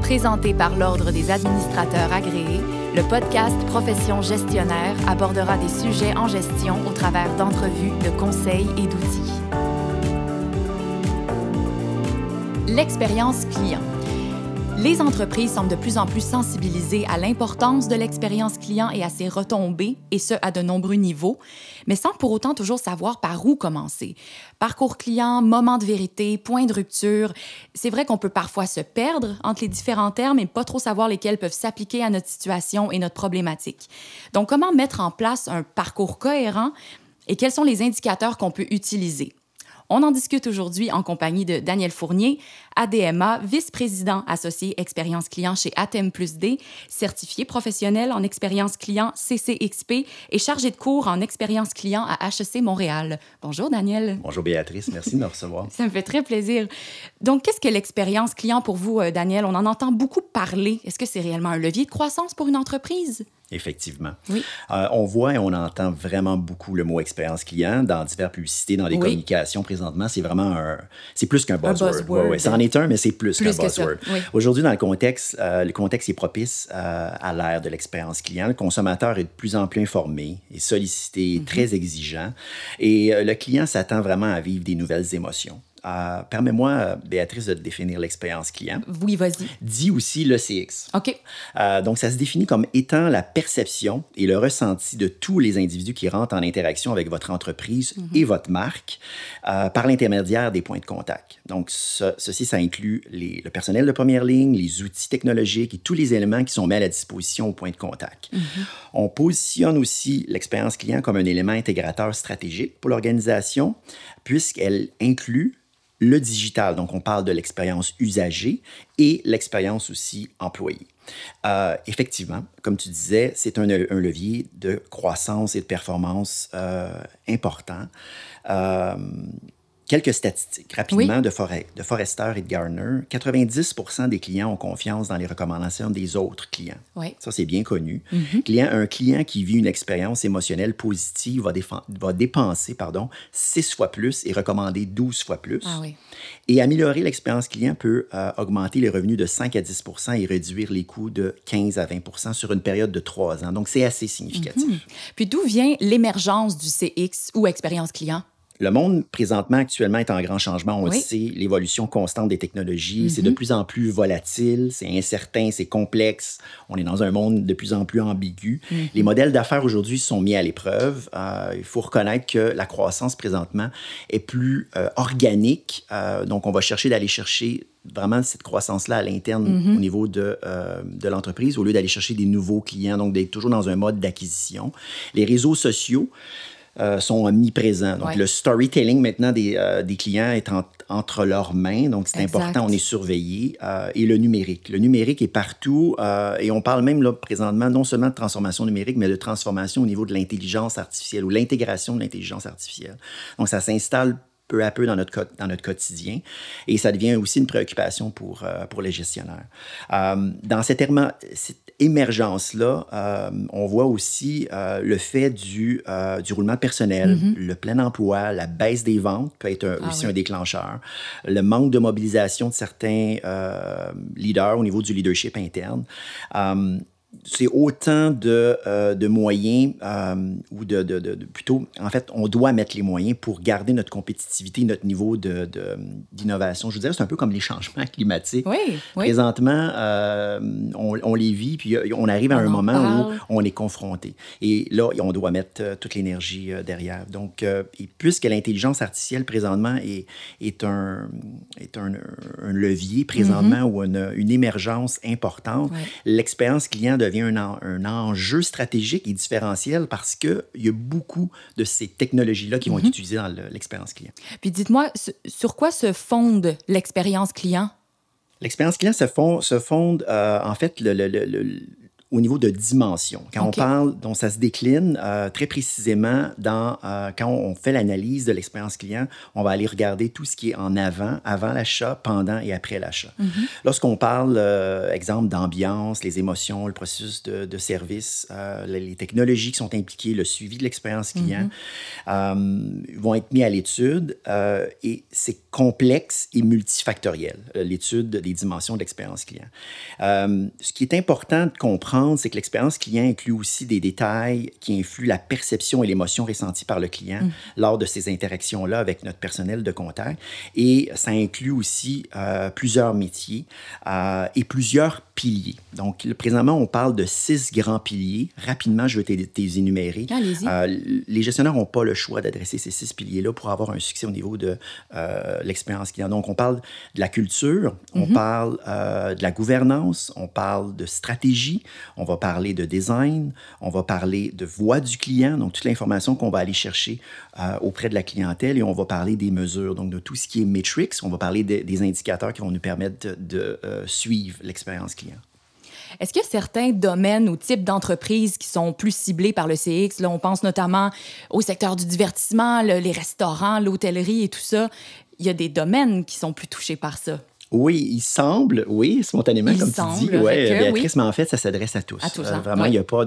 Présenté par l'Ordre des administrateurs agréés, le podcast Profession gestionnaire abordera des sujets en gestion au travers d'entrevues, de conseils et d'outils. L'expérience client. Les entreprises semblent de plus en plus sensibilisées à l'importance de l'expérience client et à ses retombées, et ce, à de nombreux niveaux, mais sans pour autant toujours savoir par où commencer. Parcours client, moment de vérité, point de rupture. C'est vrai qu'on peut parfois se perdre entre les différents termes et pas trop savoir lesquels peuvent s'appliquer à notre situation et notre problématique. Donc, comment mettre en place un parcours cohérent et quels sont les indicateurs qu'on peut utiliser? On en discute aujourd'hui en compagnie de Daniel Fournier, ADMA, vice-président associé expérience client chez ATM+D, certifié professionnel en expérience client CCXP et chargé de cours en expérience client à HEC Montréal. Bonjour Daniel. Bonjour Béatrice, merci de me recevoir. Ça me fait très plaisir. Donc, qu'est-ce que l'expérience client pour vous, Daniel? On en entend beaucoup parler. Est-ce que c'est réellement un levier de croissance pour une entreprise? Effectivement. Oui. On voit et on entend vraiment beaucoup le mot expérience client dans diverses publicités, dans les communications présentement. C'est vraiment c'est plus qu'un buzzword. Ouais, ça en est un, mais c'est plus qu'un buzzword. Oui. Aujourd'hui, dans le contexte est propice à l'ère de l'expérience client. Le consommateur est de plus en plus informé et sollicité, très exigeant. Et le client s'attend vraiment à vivre des nouvelles émotions. Permets-moi, Béatrice, de te définir l'expérience client. Oui, vas-y. Dit aussi l'ECX. OK. Donc, ça se définit comme étant la perception et le ressenti de tous les individus qui rentrent en interaction avec votre entreprise et votre marque par l'intermédiaire des points de contact. Donc, ça inclut le personnel de première ligne, les outils technologiques et tous les éléments qui sont mis à la disposition aux points de contact. On positionne aussi l'expérience client comme un élément intégrateur stratégique pour l'organisation, puisqu'elle inclut le digital. Donc, on parle de l'expérience usagée et l'expérience aussi employée. Effectivement, comme tu disais, c'est un levier de croissance et de performance important. Quelques statistiques rapidement de Forrester et de Gartner. 90% des clients ont confiance dans les recommandations des autres clients. Oui. Ça, c'est bien connu. Un client qui vit une expérience émotionnelle positive va dépenser 6 fois plus et recommander 12 fois plus. Ah oui. Et améliorer l'expérience client peut augmenter les revenus de 5 à 10% et réduire les coûts de 15 à 20% sur une période de 3 ans. Donc, c'est assez significatif. Puis d'où vient l'émergence du CX ou expérience client? Le monde, présentement, actuellement, est en grand changement. On le sait, l'évolution constante des technologies, c'est de plus en plus volatile, c'est incertain, c'est complexe. On est dans un monde de plus en plus ambigu. Les modèles d'affaires aujourd'hui sont mis à l'épreuve. Il faut reconnaître que la croissance, présentement, est plus organique. Donc, on va d'aller chercher vraiment cette croissance-là à l'interne au niveau de l'entreprise, au lieu d'aller chercher des nouveaux clients, donc d'être toujours dans un mode d'acquisition. Les réseaux sociaux sont omniprésents. Donc, le storytelling maintenant des clients est entre leurs mains. Donc, c'est important, on est surveillé. Et le numérique. Le numérique est partout. Et on parle même là, présentement non seulement de transformation numérique, mais de transformation au niveau de l'intelligence artificielle ou l'intégration de l'intelligence artificielle. Donc, ça s'installe peu à peu dans notre quotidien. Et ça devient aussi une préoccupation pour les gestionnaires. Dans cette émergence-là, on voit aussi le fait du roulement de personnel, le plein emploi, la baisse des ventes peut être aussi un déclencheur, le manque de mobilisation de certains leaders au niveau du leadership interne. C'est autant de moyens ou plutôt, en fait, on doit mettre les moyens pour garder notre compétitivité, notre niveau d'innovation. Je veux dire, c'est un peu comme les changements climatiques. Oui. Présentement, on les vit, puis on arrive à un moment où on est confronté. Et là, on doit mettre toute l'énergie derrière. Donc, et puisque l'intelligence artificielle, présentement, est un levier, présentement, ou une émergence importante, l'expérience client devient un enjeu stratégique et différentiel parce qu'il y a beaucoup de ces technologies-là qui vont être utilisées dans l'expérience client. Puis dites-moi, sur quoi se fonde l'expérience client? L'expérience client se fonde en fait, au niveau de dimension. Quand on parle, donc ça se décline très précisément quand on fait l'analyse de l'expérience client, on va aller regarder tout ce qui est en avant l'achat, pendant et après l'achat. Lorsqu'on parle, exemple, d'ambiance, les émotions, le processus de service, les technologies qui sont impliquées, le suivi de l'expérience client, vont être mis à l'étude et c'est complexe et multifactoriel, l'étude des dimensions de l'expérience client. Ce qui est important de comprendre, c'est que l'expérience client inclut aussi des détails qui influent la perception et l'émotion ressentie par le client lors de ces interactions-là avec notre personnel de contact. Et ça inclut aussi plusieurs métiers et plusieurs piliers. Donc, présentement, on parle de 6 grands piliers. Rapidement, je vais les énumérer. Allez-y. Les gestionnaires n'ont pas le choix d'adresser ces 6 piliers-là pour avoir un succès au niveau de l'expérience client. Donc, on parle de la culture, on parle de la gouvernance, on parle de stratégie, on va parler de design, on va parler de voix du client, donc toute l'information qu'on va aller chercher auprès de la clientèle, et on va parler des mesures, donc de tout ce qui est metrics, on va parler des indicateurs qui vont nous permettre de suivre l'expérience client. Est-ce qu'il y a certains domaines ou types d'entreprises qui sont plus ciblés par le CX? Là, on pense notamment au secteur du divertissement, les restaurants, l'hôtellerie et tout ça. Il y a des domaines qui sont plus touchés par ça. Oui, il semble, oui, spontanément, comme tu dis. Oui, Béatrice, mais en fait, ça s'adresse à tous. À tous, hein? Vraiment, il n'y a pas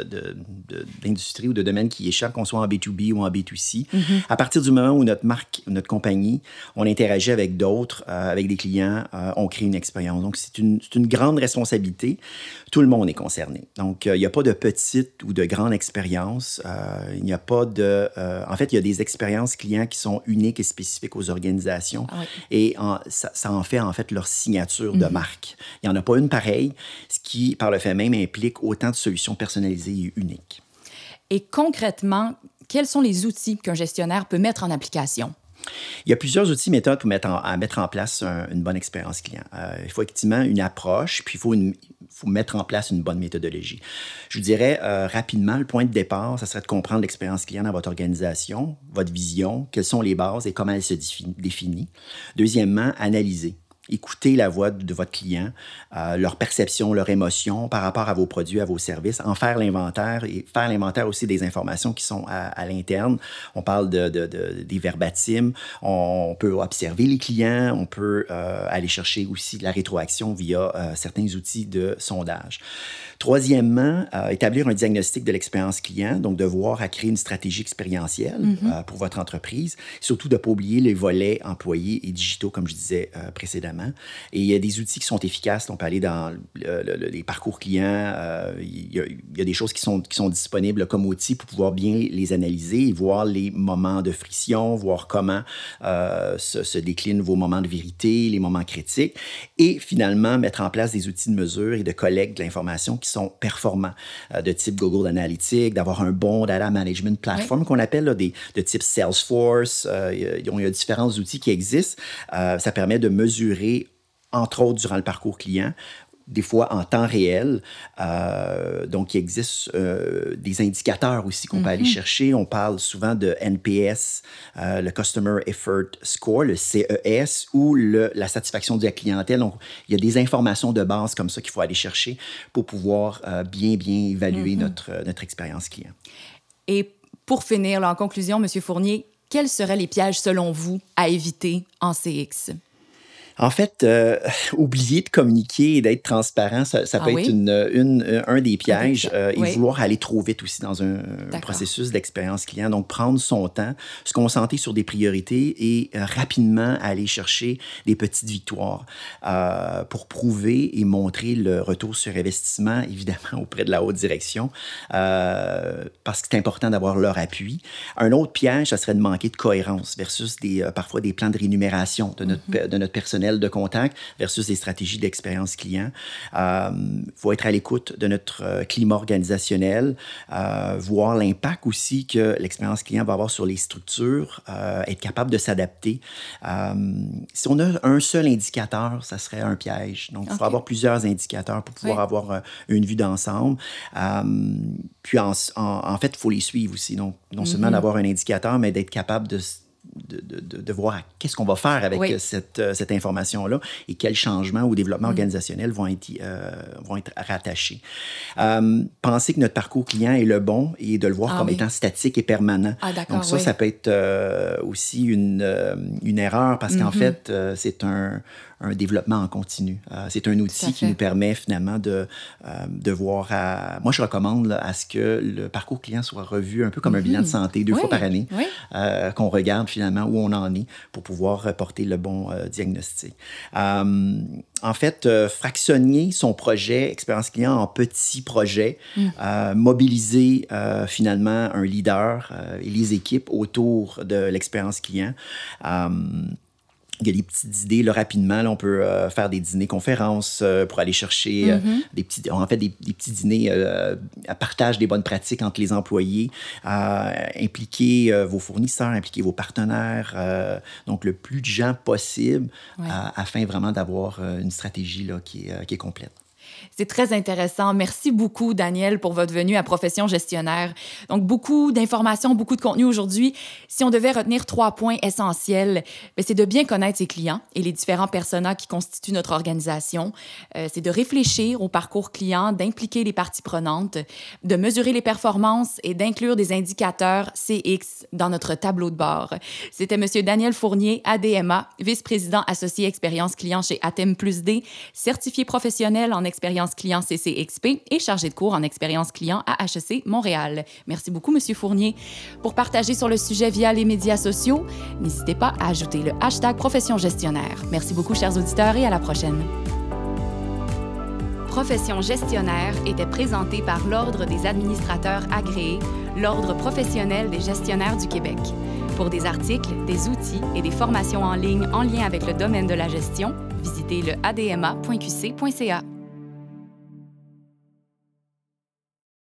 d'industrie ou de domaine qui échappe, qu'on soit en B2B ou en B2C. À partir du moment où notre marque, notre compagnie, on interagit avec d'autres, avec des clients, on crée une expérience. Donc, c'est une grande responsabilité. Tout le monde est concerné. Donc, il n'y a pas de petite ou de grande expérience. Il n'y a pas de... en fait, il y a des expériences clients qui sont uniques et spécifiques aux organisations. Et ça en fait leur signature de marque. Il n'y en a pas une pareille, ce qui, par le fait même, implique autant de solutions personnalisées et uniques. Et concrètement, quels sont les outils qu'un gestionnaire peut mettre en application? Il y a plusieurs outils, méthodes pour mettre en place une bonne expérience client. Il faut effectivement une approche, puis il faut mettre en place une bonne méthodologie. Je vous dirais rapidement, le point de départ, ça serait de comprendre l'expérience client dans votre organisation, votre vision, quelles sont les bases et comment elle se définit. Deuxièmement, analyser. Écoutez la voix de votre client, leur perception, leur émotion par rapport à vos produits, à vos services, en faire l'inventaire et faire l'inventaire aussi des informations qui sont à l'interne. On parle des verbatims, on peut observer les clients, on peut aller chercher aussi de la rétroaction via certains outils de sondage. Troisièmement, établir un diagnostic de l'expérience client, donc de voir à créer une stratégie expérientielle pour votre entreprise. Surtout de ne pas oublier les volets employés et digitaux, comme je disais précédemment. Et il y a des outils qui sont efficaces. On peut aller dans les parcours clients. Il y a des choses qui sont disponibles comme outils pour pouvoir bien les analyser et voir les moments de friction, voir comment se déclinent vos moments de vérité, les moments critiques. Et finalement, mettre en place des outils de mesure et de collecte de l'information qui sont performants, de type Google Analytics, d'avoir un bon data management platform qu'on appelle de type Salesforce. Il y a différents outils qui existent. Ça permet de mesurer, entre autres durant le parcours client, des fois en temps réel. Donc, il existe des indicateurs aussi qu'on peut aller chercher. On parle souvent de NPS, le Customer Effort Score, le CES, ou la satisfaction de la clientèle. Donc, il y a des informations de base comme ça qu'il faut aller chercher pour pouvoir bien évaluer notre expérience client. Et pour finir, là, en conclusion, M. Fournier, quels seraient les pièges, selon vous, à éviter en CX? En fait, oublier de communiquer et d'être transparent, ça peut être un des pièges. Et vouloir aller trop vite aussi dans un processus d'expérience client. Donc, prendre son temps, se concentrer sur des priorités et rapidement aller chercher des petites victoires pour prouver et montrer le retour sur investissement, évidemment, auprès de la haute direction, parce que c'est important d'avoir leur appui. Un autre piège, ça serait de manquer de cohérence versus parfois des plans de rémunération de notre personnel de contact versus des stratégies d'expérience client. Il faut être à l'écoute de notre climat organisationnel, voir l'impact aussi que l'expérience client va avoir sur les structures, être capable de s'adapter. Si on a un seul indicateur, ça serait un piège. Donc, il faut avoir plusieurs indicateurs pour pouvoir avoir une vue d'ensemble. Puis, en fait, il faut les suivre aussi. Donc, non seulement d'avoir un indicateur, mais d'être capable de voir qu'est-ce qu'on va faire avec cette information-là et quels changements ou développements organisationnels vont être rattachés. Penser que notre parcours client est le bon et de le voir comme étant statique et permanent. Donc ça peut être aussi une erreur parce qu'en fait, c'est un développement en continu. C'est un outil qui nous permet finalement de voir... Moi, je recommande à ce que le parcours client soit revu un peu comme un bilan de santé 2 fois par année, qu'on regarde finalement où on en est pour pouvoir porter le bon diagnostic. En fait, fractionner son projet expérience client en petits projets, mobiliser finalement un leader et les équipes autour de l'expérience client. Il y a des petites idées, là, rapidement. Là, on peut faire des dîners-conférences pour aller chercher des petits dîners à partage des bonnes pratiques entre les employés, impliquer vos fournisseurs, impliquer vos partenaires, donc le plus de gens possible afin vraiment d'avoir une stratégie là, qui est complète. C'est très intéressant. Merci beaucoup, Daniel, pour votre venue à Profession Gestionnaire. Donc, beaucoup d'informations, beaucoup de contenu aujourd'hui. Si on devait retenir 3 points essentiels, c'est de bien connaître ses clients et les différents personas qui constituent notre organisation. C'est de réfléchir au parcours client, d'impliquer les parties prenantes, de mesurer les performances et d'inclure des indicateurs CX dans notre tableau de bord. C'était M. Daniel Fournier, ADMA, vice-président associé expérience client chez Atem+D, certifié professionnel en expérience client CCXP et chargé de cours en expérience client à HEC Montréal. Merci beaucoup, M. Fournier. Pour partager sur le sujet via les médias sociaux, n'hésitez pas à ajouter le hashtag Profession Gestionnaire. Merci beaucoup, chers auditeurs, et à la prochaine. Profession Gestionnaire était présentée par l'Ordre des administrateurs agréés, l'Ordre professionnel des gestionnaires du Québec. Pour des articles, des outils et des formations en ligne en lien avec le domaine de la gestion, visitez le adma.qc.ca.